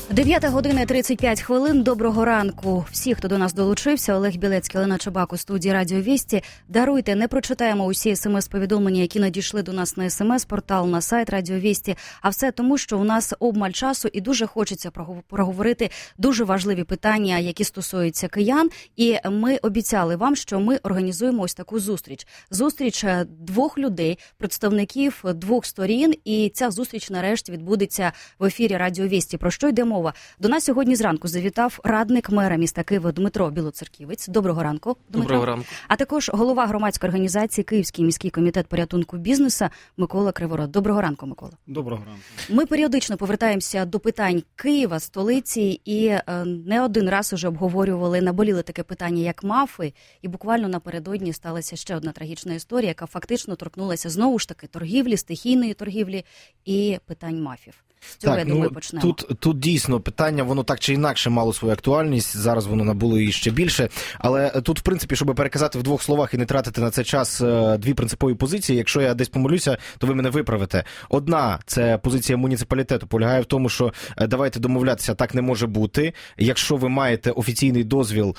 9:35. Доброго ранку. Всі, хто до нас долучився, Олег Білецький, Олена Чабак у студії Радіо Вісті. Даруйте, не прочитаємо усі смс-повідомлення, які надійшли до нас на смс-портал, на сайт Радіо Вісті. А все тому, що у нас обмаль часу і дуже хочеться проговорити дуже важливі питання, які стосуються киян. І ми обіцяли вам, що ми організуємо ось таку зустріч. Зустріч двох людей, представників двох сторін. І ця зустріч нарешті відбудеться в ефірі Радіо Вісті. Про що йде мова? До нас сьогодні зранку завітав радник мера міста Києва Дмитро Білоцерківець. Доброго ранку, Дмитро. Доброго ранку. А також голова громадської організації Київський міський комітет порятунку бізнесу Микола Криворот. Доброго ранку, Микола. Доброго ранку. Ми періодично повертаємося до питань Києва, столиці, і не один раз уже обговорювали, наболіли таке питання, як мафи. І буквально напередодні сталася ще одна трагічна історія, яка фактично торкнулася знову ж таки торгівлі, стихійної торгівлі і питань мафів. З цього, так, я думаю, почнемо. Тут дійсно питання, воно так чи інакше мало свою актуальність, зараз воно набуло її ще більше, але тут, в принципі, щоб переказати в двох словах і не тратити на це час, дві принципові позиції, якщо я десь помилюся, то ви мене виправите. Одна, це позиція муніципалітету, полягає в тому, що давайте домовлятися, так не може бути. Якщо ви маєте офіційний дозвіл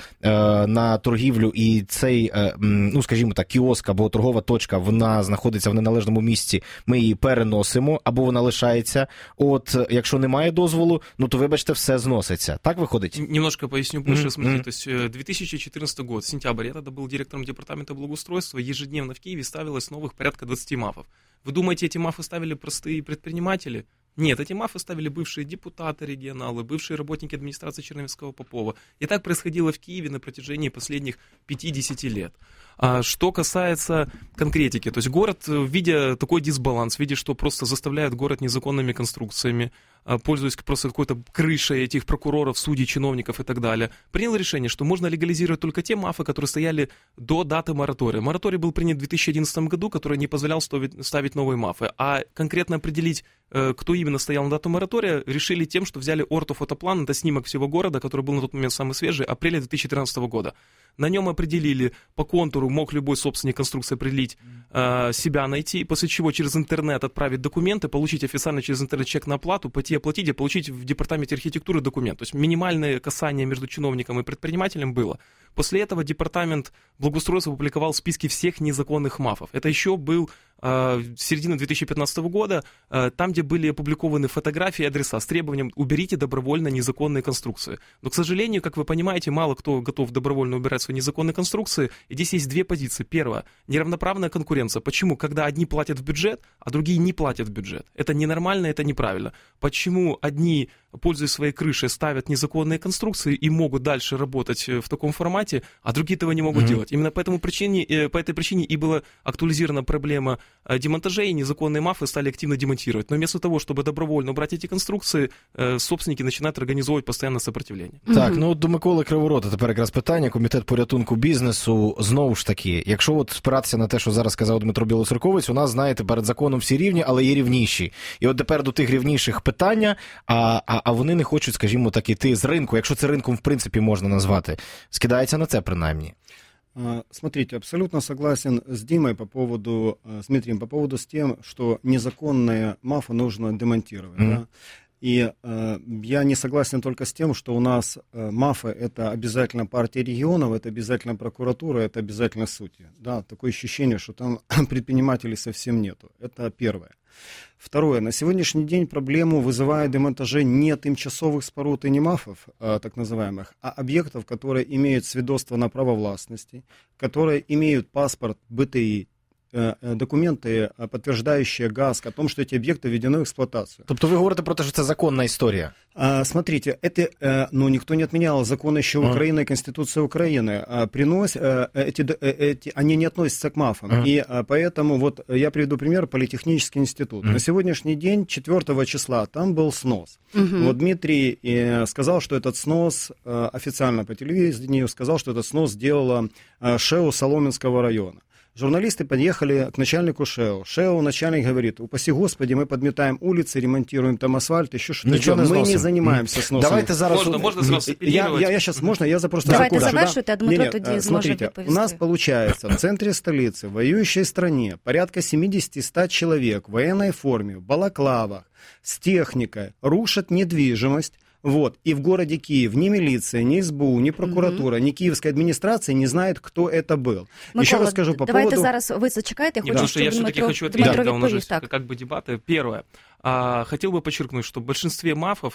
на торгівлю і цей, ну, скажімо так, кіоск або торгова точка, вона знаходиться в неналежному місці, ми її переносимо, або вона лишається. От, якщо немає дозволу, ну то, вибачте, все зноситься. Так выходит? Немножко поясню больше. Смотрите, то есть 2014 год, сентябрь, я тогда был директором департамента благоустройства, ежедневно в Киеве ставилось новых порядка 20 мафов. Вы думаете, эти мафы ставили простые предприниматели? Нет, эти мафы ставили бывшие депутаты, регионалы, бывшие работники администрации Черновецкого-Попова. И так происходило в Киеве на протяжении последних 50 лет. Что касается конкретики, то есть город, видя такой дисбаланс, видя, что просто заставляют город незаконными конструкциями, пользуясь просто какой-то крышей этих прокуроров, судей, чиновников и так далее, принял решение, что можно легализировать только те мафы, которые стояли до даты моратория. Мораторий был принят в 2011 году, который не позволял ставить новые мафы. А конкретно определить, кто именно стоял на дату моратория, решили тем, что взяли ортофотоплан, это снимок всего города, который был на тот момент самый свежий, апреля 2013 года. На нем определили по контуру, мог любой собственник конструкции определить, себя найти, после чего через интернет отправить документы, получить официально через интернет чек на оплату, пойти оплатить и получить в департаменте архитектуры документ. То есть минимальное касание между чиновником и предпринимателем было. После этого департамент благоустройства опубликовал списки всех незаконных мафов. Это еще был середина 2015 года, там, где были опубликованы фотографии и адреса с требованием «уберите добровольно незаконные конструкции». Но, к сожалению, как вы понимаете, мало кто готов добровольно убирать свои незаконные конструкции. И здесь есть две позиции. Первое – неравноправная конкуренция. Почему? Когда одни платят в бюджет, а другие не платят в бюджет. Это ненормально, это неправильно. Почему одни, пользуясь своей крышей, ставят незаконные конструкции и могут дальше работать в таком формате, а другие этого не могут делать? Именно по этой причине и была актуализирована проблема демонтажей, и незаконные мафы стали активно демонтировать. Но вместо того, чтобы добровольно убрать эти конструкции, собственники начинают организовывать постоянное сопротивление. Так, ну до Миколи Криворота тепер якраз питання. Комітет порятунку бізнесу, знову ж таки, якщо от спиратися на те, що зараз сказав Дмитро Білоцерковець, у нас, знаєте, перед законом всі рівні, але є рівніші. І от тепер до тих рівніших питання, а вони не хочуть, скажімо так, іти з ринку, якщо це ринком в принципі можна назвати. Скидається на це принаймні. Смотрите, абсолютно согласен с Димой с Дмитрием по поводу с тем, что незаконные мафы нужно демонтировать. Да? И я не согласен только с тем, что у нас мафы – это обязательно партия регионов, это обязательно прокуратура, это обязательно судьи. Да? Такое ощущение, что там предпринимателей совсем нету. Это первое. Второе. На сегодняшний день проблему вызывает демонтажи не тимчасовых споруд и не мафов, так называемых, а объектов, которые имеют свидетельство на право властности, которые имеют паспорт БТИ, документи, підтверджуючи ГАСК о том, що ці об'єкти введені в експлуатацію. Тобто ви говорите про те, що це законна історія? Смотрите, это, никто не отменял закон еще Украины и Конституция Украины. Они не относятся к мафам. И поэтому вот я приведу пример, Политехнический институт. На сегодняшний день, 4 числа, там был снос. Вот Дмитрий сказал, что этот снос, официально по телевидению сказал, что этот снос сделала ШЭУ Соломенского района. Журналисты подъехали к начальнику ШЭУ. ШЭУ начальник говорит: упаси Господи, мы подметаем улицы, ремонтируем там асфальт, еще что-то. Мы не занимаемся сносом. Давайте зараз... Можно сразу апеллировать? Я сейчас, можно, я просто Давайте закончу. завершуйте, а Дмитро тоді зможе смотрите, відповісти. у нас получается в центре столицы, в воюющей стране, порядка 70-100 человек в военной форме, в балаклавах, с техникой, рушат недвижимость, Вот. И в городе Киев ни милиция, ни СБУ, ни прокуратура, ни киевская администрация не знает, кто это был. Микола, еще раз скажу по давайте поводу... зараз ви зачекайте, я хочу, щоб я все-таки хочу ответить, когда у нас же как бы дебаты. Первое. Хотел бы подчеркнуть, что большинство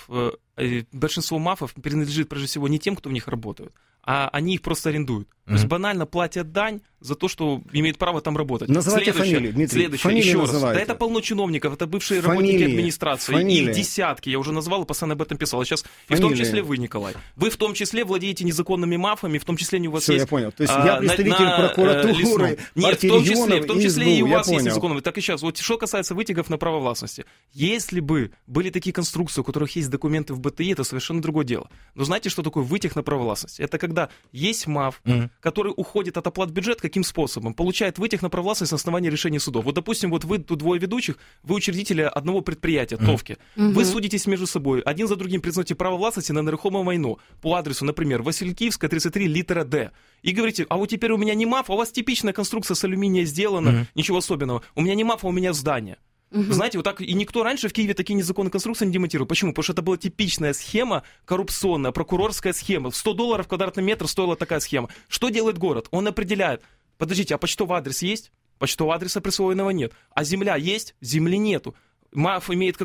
мафов принадлежит, прежде всего, не тем, кто в них работает, а они их просто арендуют. То есть банально платят дань за то, что имеют право там работать. Называйте фамилию, Дмитрий. Следующее, еще раз. Да это полно чиновников, это бывшие работники администрации. Их десятки, я уже назвал и постоянно об этом писал. Сейчас, и в том числе вы, Николай. Вы в том числе владеете незаконными мафами, в том числе у вас все, есть... я понял. То есть я представитель прокуратуры, нет, в том числе и у вас есть незаконные. Так и сейчас. Вот что касается вытягов на право властности. Если бы были такие конструкции, у которых есть документы в БТИ, это совершенно другое дело. Но знаете, что такое вытяг на право властности? Это когда есть МАФ, который уходит от оплат бюджета, каким способом? Получает вытяг на право властности на основании решения судов. Вот, допустим, вот вы тут двое ведущих, вы учредители одного предприятия, ТОВки. Вы судитесь между собой, один за другим признаете право властности на нерухомое майно по адресу, например, Василькиевская, 33, литера Д. И говорите, а вот теперь у меня не МАФ, а у вас типичная конструкция с алюминия сделана, ничего особенного. У меня не МАФ, а у меня здание. Знаете, вот так, и никто раньше в Киеве такие незаконные конструкции не демонтировал. Почему? Потому что это была типичная схема, коррупционная, прокурорская схема. $100 квадратный метр стоила такая схема. Что делает город? Он определяет, подождите, а почтовый адрес есть? Почтового адреса присвоенного нет. А земля есть? Земли нету. МАФ имеет,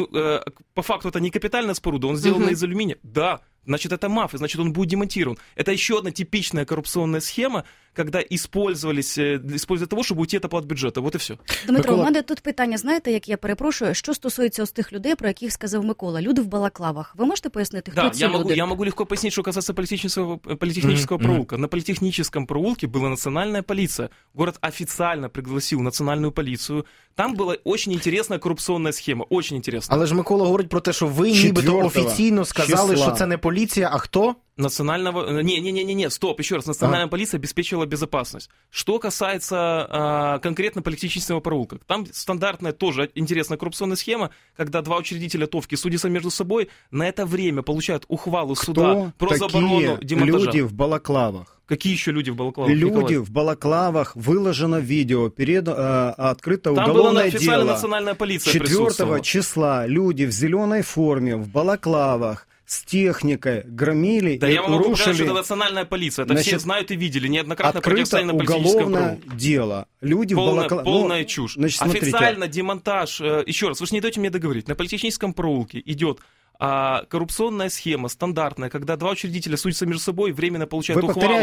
по факту, это не капитальная споруда, он сделан из алюминия. Да, значит, это МАФ, и значит, он будет демонтирован. Это еще одна типичная коррупционная схема, когда использують для того, щоб уйти від оплат бюджету. Вот і все. Дмитро, у мене тут питання, знаєте, як я перепрошую, що стосується ось тих людей, про яких сказав Микола, люди в балаклавах. Ви можете пояснити, хто ці люди? Я могу легко пояснить, что касается политехнического проулка. На политехническом проулке была национальная полиция. Город официально пригласил национальную полицию. Там была очень интересная коррупционная схема, очень интересная. Але ж Микола говорить про те, що ви нібито офіційно сказали, що це не поліція, а хто? Национального... Не, стоп, еще раз. Национальная полиция обеспечивала безопасность. Что касается конкретно политехнического проулка. Там стандартная тоже интересная коррупционная схема, когда два учредителя ТОВки судятся между собой, на это время получают ухвалу суда про заборону демонтажа. Люди в балаклавах? Какие еще люди в балаклавах? Люди Николай? В балаклавах, выложено видео, открыто уголовное дело. Там была национальная полиция 4 числа люди в зеленой форме, в балаклавах, с техникой громили да и я могу урушили. показать, что это национальная полиция. Это все знают и видели. Неоднократно противостояние на политическом уголовное дело. Люди полная чушь. Значит, официально демонтаж... Еще раз, вы же не даете мне договорить. На политехническом проулке идет коррупционная схема, стандартная, когда два учредителя судятся между собой, временно получают ухвалу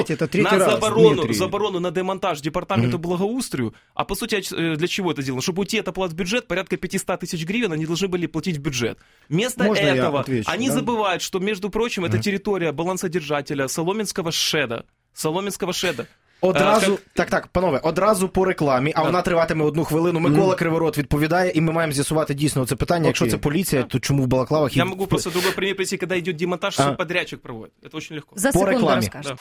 на заборону на демонтаж департаменту благоустрою. А по сути, для чего это сделано? Чтобы уйти от оплат в бюджет, порядка 500 тысяч гривен они должны были платить в бюджет. Вместо этого они забывают, что, между прочим, это территория балансодержателя Солом'янського шеда. Одразу, так, панове, одразу по рекламі, а вона триватиме 1 хвилину. Микола Криворот відповідає, і ми маємо з'ясувати дійсно це питання. Якщо це поліція, то чому в балаклавах... Я можу просто другой пример привести, когда идет демонтаж, подрядчик проводит. Это очень легко. За секунду розкажу.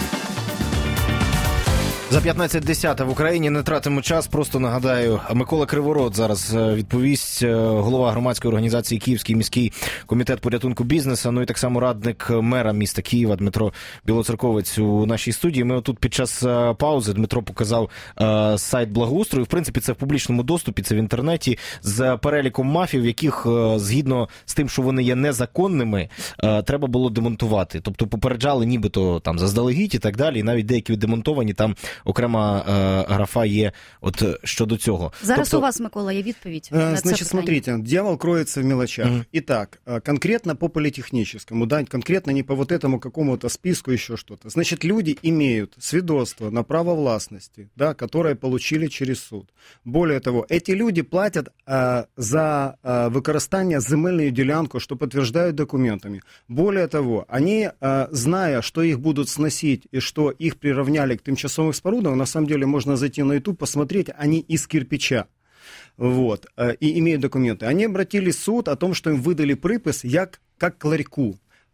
За 15:10 в Україні, не тратимо час, просто нагадаю, Микола Криворот зараз відповість, голова громадської організації Київський міський комітет порятунку бізнесу, ну і так само радник мера міста Києва Дмитро Білоцерковець у нашій студії. Ми отут під час паузи, Дмитро показав сайт благоустрою, в принципі це в публічному доступі, це в інтернеті, з переліком мафів, яких згідно з тим, що вони є незаконними, треба було демонтувати. Тобто попереджали нібито там заздалегідь і так далі, і навіть деякі демонтовані там окрема графа є от щодо цього. Зараз у вас, Микола, є відповідь на це питання. Значит, смотрите, дьявол кроется в мелочах. Итак, конкретно по политехническому, да, конкретно не по вот этому какому-то списку еще что-то. Значит, люди имеют свидетельство на право властности, да, которое получили через суд. Более того, эти люди платят за використання земельної ділянки, что подтверждают документами. Более того, они, зная, что их будут сносить и что их приравняли к тимчасовым спорудам, на самом деле можно зайти на YouTube, посмотреть, они из кирпича. Вот, и имеют документы. Они обратились в суд о том, что им выдали припис как к ларьку.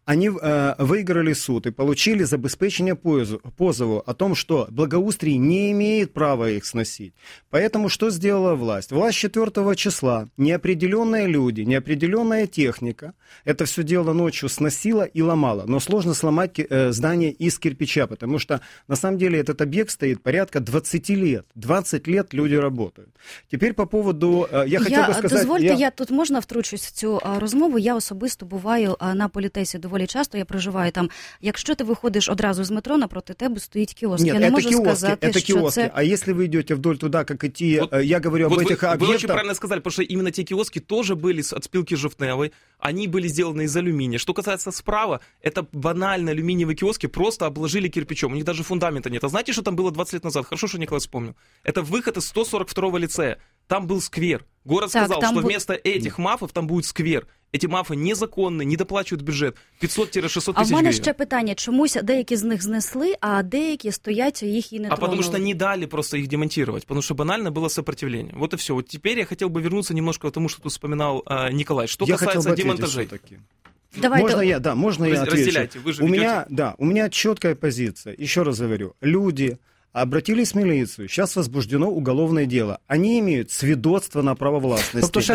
они выиграли суд и получили забеспечение позову о том, что Благоустрий не имеет права их сносить. Поэтому что сделала власть? Власть 4 числа, неопределенные люди, неопределенная техника, это все дело ночью сносила и ломала. Но сложно сломать здание из кирпича, потому что на самом деле этот объект стоит порядка 20 лет. 20 лет люди работают. Теперь по поводу... Я хотел бы сказать... Дозвольте, я тут можна втручусь в цю розмову. Я особисто буваю на Політесі доволі часто, я проживаю там. Якщо ти виходиш одразу з метро, напроти тебе стоїть кіоск. Нет, я не это можу киоски, сказати, это що киоски. це... А если вы идете вдоль туда, как идти, вот, я говорю об этих объектах... Вы очень правильно сказали, потому что именно те киоски тоже были от спилки Жовтневой, они были сделаны из алюминия. Что касается справа, это банально алюминиевые киоски просто обложили кирпичом, у них даже фундамента нет. А знаете, что там было 20 лет назад? Хорошо, что Николай вспомнил. Это выход из 142-го лицея. Там был сквер. Город сказал, что вместо этих мафов там будет сквер. Эти мафи незаконні, не доплачують бюджет 500-600 тисяч гривень. А в мене ще питання. Чомусь деякі з них знесли, а деякі стоять, їх і не тронули. А потому что не дали просто их демонтировать, потому что банально было сопротивление. Вот и все. Вот теперь я хотел бы вернуться немножко к тому, что тут вспоминал Николай. Что касается демонтажей. Давайте... Можно я отвечу? Разделяйте, вы же ведете. У меня четкая позиция. Еще раз говорю, люди... обратились в милицию, сейчас возбуждено уголовное дело. Они имеют свидетельство на право властности.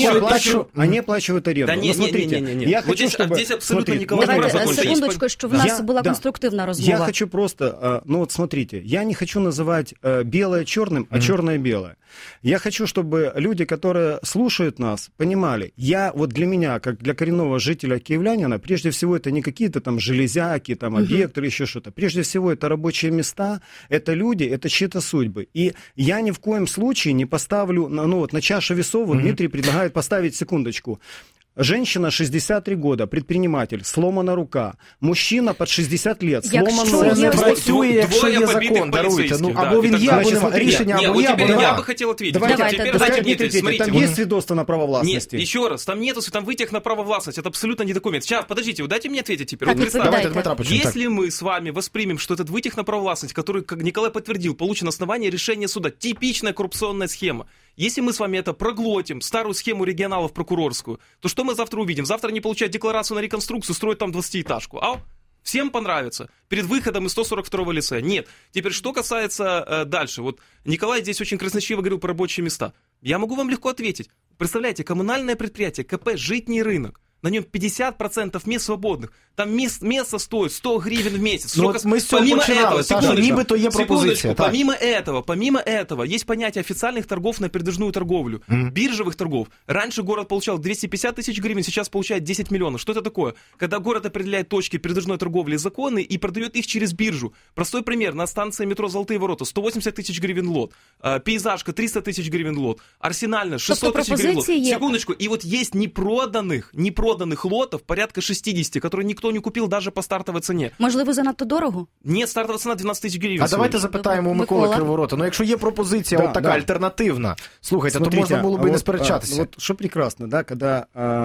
Они оплачивают аренду. Да смотрите, я хочу, чтобы... Здесь абсолютно Николай Давайте, секундочку, что в нас была конструктивная размова. Я хочу просто... смотрите, я не хочу называть белое черным, а черное белое. Я хочу, чтобы люди, которые слушают нас, понимали, для меня, как для коренного жителя киевлянина, прежде всего это не какие-то там железяки, там объекты или еще что-то. Прежде всего это рабочие места, это люди, это чьи-то судьбы. И я ни в коем случае не поставлю, на чашу весов, Дмитрий предлагает поставить, секундочку, женщина 63 года, предприниматель, сломана рука. Мужчина под 60 лет, сломана рука. Це не працює, якщо є закон, даруйте. Або він є, або нема. Рішення або є, або нема. Я бы хотел ответить. Давайте, Дмитрий, там есть свидетельство на право властности? Нет, еще раз, там нету, там вытек на право властности, это абсолютно не документ. Сейчас, подождите, вы дайте мне ответить теперь. Так, вот представьте, если мы с вами воспримем, что этот вытек на право властности, который, как Николай подтвердил, получен на основании решения суда, типичная коррупционная схема. Если мы с вами это проглотим, старую схему регионалов прокурорскую, то что мы завтра увидим? Завтра они получают декларацию на реконструкцию, строят там 20-этажку. Всем понравится. Перед выходом из 142-го лицея. Нет. Теперь, что касается дальше. Вот Николай здесь очень красноречиво говорил про рабочие места. Я могу вам легко ответить. Представляете, коммунальное предприятие КП «Житний рынок». На нем 50% мест свободных. Там место стоит 100 гривен в месяц. Мы с цього починали, так, нібито є пропозиція. Помимо этого, есть понятие официальных торгов на передвижную торговлю, биржевых торгов. Раньше город получал 250 тысяч гривен, сейчас получает 10 миллионов. Что это такое? Когда город определяет точки передвижной торговли законы и продает их через биржу. Простой пример. На станции метро «Золотые ворота» 180 тысяч гривен лот. Пейзажка 300 тысяч гривен лот. Арсенальная 600 тысяч гривен лот. Секундочку. И вот есть непроданных лотов порядка 60, которые никто не купил даже по стартовой цене. Можливо, занадто дорого? Нет, стартова ціна 12 тисяч гривень. А давайте запитаємо у Миколи Криворота. Якщо є пропозиція така альтернативна, слухайте, то можна було би не сперечатися. Що прекрасно, да, когда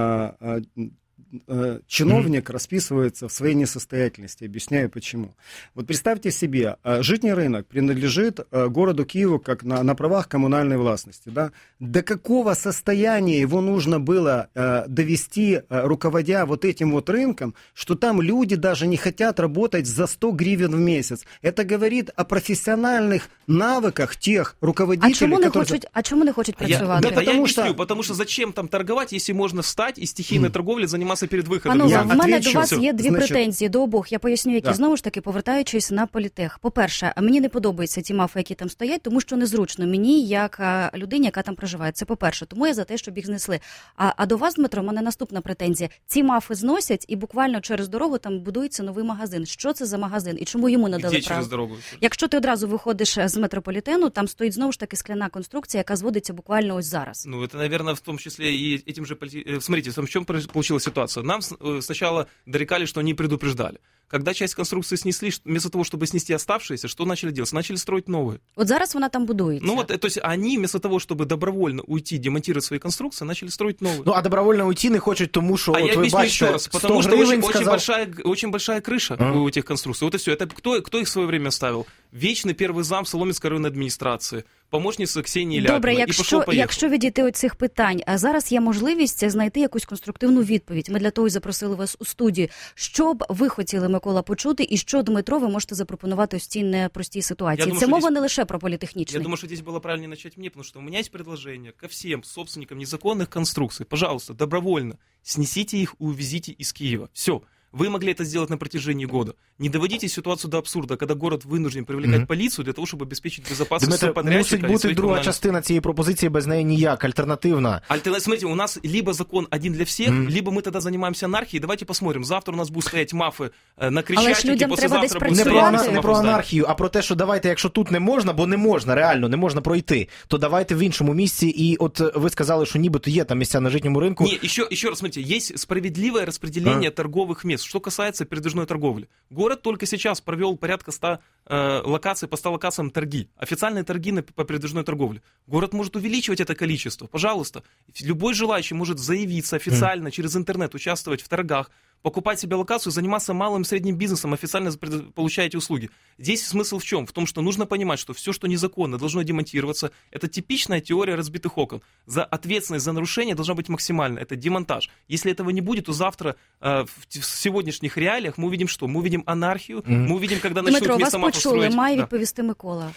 чиновник расписывается в своей несостоятельности. Объясняю почему. Вот представьте себе, Житний рынок принадлежит городу Киеву как на правах коммунальной властности. Да? До какого состояния его нужно было довести, руководя вот этим вот рынком, что там люди даже не хотят работать за 100 гривен в месяц. Это говорит о профессиональных навыках тех руководителей, А чому не хочуть працювати? Потому что зачем там торговать, если можно встать и стихийной торговлей заниматься перед виходом. Панове, в мене до вас є дві претензії до обох. Я поясню, які знову ж таки, повертаючись на політех. По-перше, мені не подобаються ті мафи, які там стоять, тому що незручно мені, як людині, яка там проживає. Це по-перше. Тому я за те, щоб їх знесли. А до вас, Дмитро, в мене наступна претензія. Ці мафи зносять і буквально через дорогу там будується новий магазин. Що це за магазин і чому йому надали право? Через дорогу? Якщо ти одразу виходиш з метрополітену, там стоїть знову ж таки скляна конструкція, яка зводиться буквально ось зараз. Это, наверное, в том числе и этим же... Смотрите, в чем получилась ситуация. Нам сначала дорекали, что они предупреждали. Когда часть конструкции снесли, вместо того, чтобы снести оставшиеся, что начали делать? Начали строить новые. Вот зараз вона там будуется. То есть они вместо того, чтобы добровольно уйти, демонтировать свои конструкции, начали строить новые. А добровольно уйти не хочуть, тому що, я ви бачите, раз, потому что очень большая крыша у этих конструкций. Вот и все. Это кто их в свое время ставил? вечный первый зам Солом'янської районної адміністрації, помощниця Ксенії Лябіна. Добре, якщо відійти від цих питань, а зараз є можливість знайти якусь конструктивну відповідь. Ми для того і запросили вас у студію. Що б ви хотіли, Микола, почути, і що, Дмитро, ви можете запропонувати в цій непростій ситуації? Це мова не лише про політехнічний. Я думаю, что здесь было правильнее начать мне, потому что у меня есть предложение ко всем собственникам незаконных конструкций. Пожалуйста, добровольно снесите их и увезите из Киева. Все. Вы могли это сделать на протяжении года. Не доводите ситуацию до абсурда, когда город вынужден привлекать полицию для того, чтобы обеспечить безопасность субподрядчика. Мусить бути друга частина цієї пропозиції, без неї ніяк, альтернативна. Смотрите, у нас либо закон один для всех, либо мы тогда занимаемся анархией. Давайте посмотрим. Завтра у нас будут стоять мафи на Крещатике, послезавтра будут стоять. Не про анархію, а про те, що давайте, якщо тут не можна, бо не можна, реально, не можна пройти, то давайте в іншому місці. І от ви сказали, що нібито є там місця на житньому ринку. Не, еще раз, смотрите, есть справедливое распределение торговых мест. Что касается передвижной торговли. Город только сейчас провел порядка 100 локаций, по 100 локациям торги. Официальные торги по передвижной торговле. Город может увеличивать это количество. Пожалуйста. Любой желающий может заявиться официально через интернет, участвовать в торгах, покупать себе локацию, заниматься малым и средним бизнесом, официально получаете услуги. Здесь смысл в чем? В том, что нужно понимать, что все, что незаконно, должно демонтироваться. Это типичная теория разбитых окон. За ответственность за нарушение должна быть максимальна. Это демонтаж. Если этого не будет, то завтра в сегодняшних реалиях мы увидим что? Мы увидим анархию, мы увидим, когда начнут вместо мафов строить... Дмитро, вас почули, має відповісти Микола.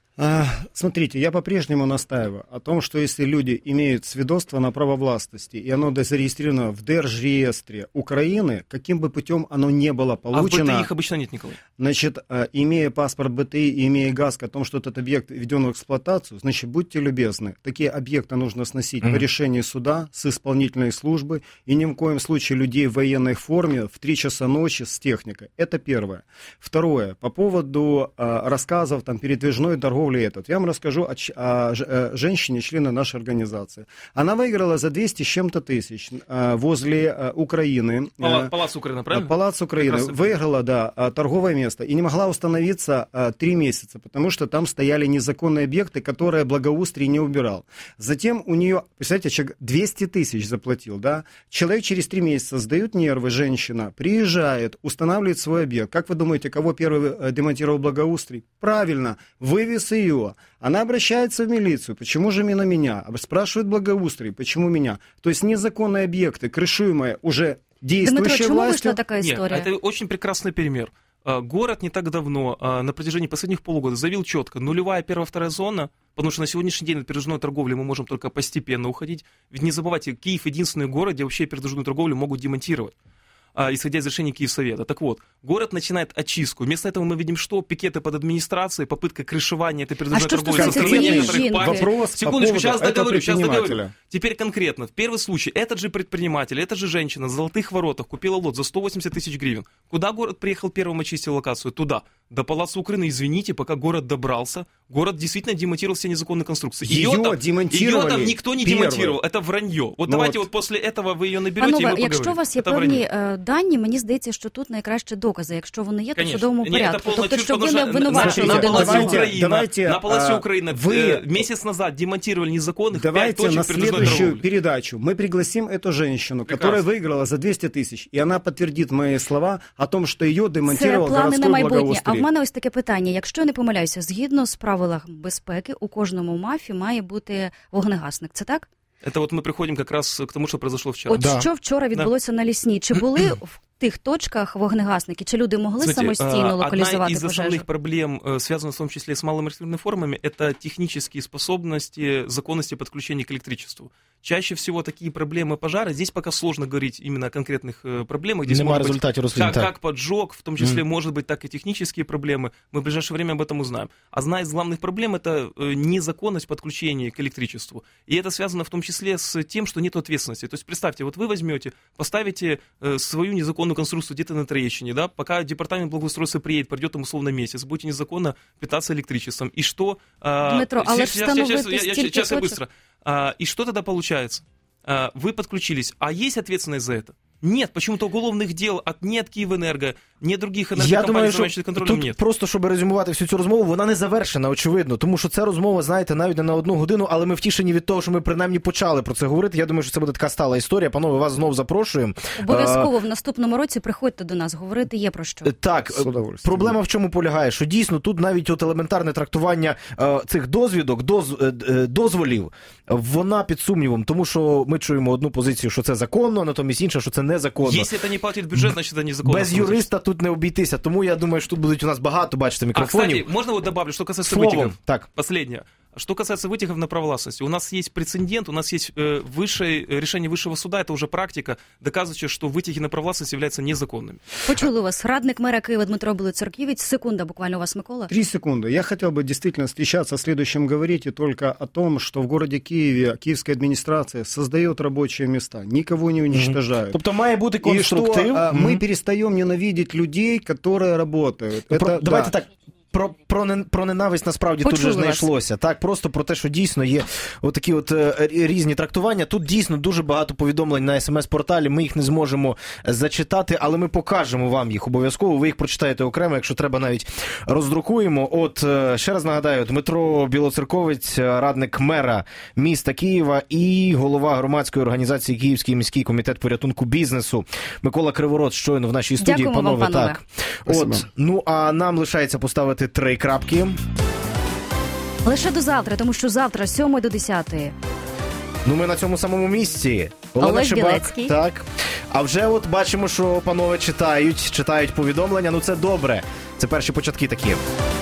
Смотрите, я по-прежнему настаиваю о том, что если люди имеют свидетельство на право властности, и оно зарегистрировано в Держреестре Украины, каким бы путем оно не было получено... А в БТИ их обычно нет, Николай. Значит, имея паспорт БТИ и имея ГАСК о том, что этот объект введен в эксплуатацию, значит, будьте любезны, такие объекты нужно сносить по решению суда с исполнительной службы, и ни в коем случае людей в военной форме в 3 часа ночи с техникой. Это первое. Второе, по поводу рассказов там, передвижной торговли, я вам расскажу о женщине, члена нашей организации. Она выиграла за 200 с чем-то тысяч возле Украины. Палац Украины, правильно? Палац Украины. Выиграла, да, торговое место. И не могла установиться 3 месяца, потому что там стояли незаконные объекты, которые благоустрий не убирал. Затем у нее, представляете, человек 200 тысяч заплатил, да? Человек через 3 месяца сдает нервы, женщина, приезжает, устанавливает свой объект. Как вы думаете, кого первый демонтировал благоустрий? Правильно, вывез ее. Она обращается в милицию. Почему же именно меня? Спрашивает благоустрий. Почему меня? То есть незаконные объекты, крышуемые уже действующей Дмитро, властью... Дмитро, такая история? Нет, это очень прекрасный пример. Город не так давно, на протяжении последних полугода, заявил четко, нулевая первая-вторая зона, потому что на сегодняшний день от передвижной торговли мы можем только постепенно уходить. Ведь не забывайте, Киев единственный город, где вообще передвижную торговлю могут демонтировать, исходя из решения Киевсовета. Так вот, город начинает очистку. Вместо этого мы видим, что пикеты под администрацией, попытка крышевания этой передвижной торговли со стороны некоторых партий. Вопрос Секундочку, сейчас договорю. Теперь конкретно. В первый случай, этот же предприниматель, эта же женщина в Золотых Воротах купила лот за 180 тысяч гривен. Куда город приехал первым очистил локацию? Туда. До Палаца Украины, извините, пока город добрался, город действительно демонтировал все незаконные конструкции. Ее там никто не демонтировал. Это вранье. Вот давайте вот после этого вы ее наберете, Панове, и мы поговорим. якщо у вас є певні дані, мені здається, що тут найкраще докази. Якщо вони є, то в судовому порядку. Тобто, щоб ви не обвинувачили на один Палаце Украины месяц назад демонтировали незаконных 5 Давайте точек на передвижной следующую торговли. передачу мы пригласим эту женщину, Прекрасно. которая выиграла за 200 тысяч, и она подтвердит мои слова о том, что ее Це демонтировал плани городской на майбутнє. А благоустрой. в мене ось таке питання. Якщо я не помиляюся, згідно з правилах безпеки, у кожному МАФі має бути вогнегасник. Це так? Это вот мы приходим как раз к тому, что произошло вчера. От що вчора відбулося на Лісній? Чи були в тих точках вогнегасники? Чи люди могли самостійно локалізувати одна из пожежу? основных проблем, связанных в том числе с малыми архитектурными формами, это технические способности, законности подключения к электричеству. Чаще всего такие проблемы пожара, здесь пока сложно говорить именно о конкретных проблемах. Здесь Нема может быть как поджог, в том числе может быть так и технические проблемы. Мы в ближайшее время об этом узнаем. Одна из главных проблем — это незаконность подключения к электричеству. И это связано в том числе с тем, что нет ответственности. То есть представьте, вот вы возьмете, поставите свою незаконную конструкцию где-то на Троещине, да, пока департамент благоустройства приедет, пройдет там условно месяц, будете незаконно питаться электричеством. И что... Дмитро, але ж встановити стільки Сейчас я точок. быстро. И что тогда получается? Вы подключились, а есть ответственность за это? Нет, почему-то уголовных дел ни от Київенерго, ні других Я енергокомпаній, думаю, займаючись що контролем, тут нет. просто, щоб резюмувати всю цю розмову, вона не завершена, очевидно, тому що це розмова, знаєте, навіть не на 1 годину, але ми втішені від того, що ми принаймні почали про це говорити. Я думаю, що це буде така стала історія. Панове, вас знов запрошуємо. Обов'язково в наступному році приходьте до нас, говорити є про що. Так, проблема в чому полягає, що дійсно тут навіть от елементарне трактування цих дозволів, вона під сумнівом, тому що ми чуємо одну позицію, що це законно, натомість інша, що це незаконно. Якщо це не платить бюджет, значить це незаконно. Без юриста тут не обійтися, тому я думаю, що тут будуть у нас багато, бачите, мікрофонів. Кстати, можно вот добавлю, что касается Словом, вытягов? так. Последнее. Что касается вытягов на право властности, у нас есть прецедент, у нас есть решение высшего суда, это уже практика, доказывающая, что вытяги на право властности являются незаконными. Почули вас. Радник мэра Киева Дмитро Білоцерківець. Секунда буквально у вас, Микола. 3 секунды. Я хотел бы действительно встречаться в следующем говорить и только о том, что в городе Киеве киевская администрация создает рабочие места, никого не уничтожает. Тобто має бути конструктив. И что мы перестаем ненавидеть людей, которые работают. Давайте так. Про ненависть насправді тут же ж не йшлося. Так, просто про те, що дійсно є отакі от різні трактування. Тут дійсно дуже багато повідомлень на СМС-порталі, ми їх не зможемо зачитати, але ми покажемо вам їх обов'язково, ви їх прочитаєте окремо, якщо треба навіть роздрукуємо. От, ще раз нагадаю, Дмитро Білоцерковець, радник мера міста Києва і голова громадської організації Київський міський комітет порятунку бізнесу Микола Криворот щойно в нашій студії. Дякуємо вам, панове. Так. От, ну а нам лишається поставити 3 крапки. Лише до завтра, тому що завтра з 7 до 10. Ну, ми на цьому самому місці. Олег Білецький. Так. А вже от бачимо, що панове читають повідомлення. Ну, це добре. Це перші початки такі.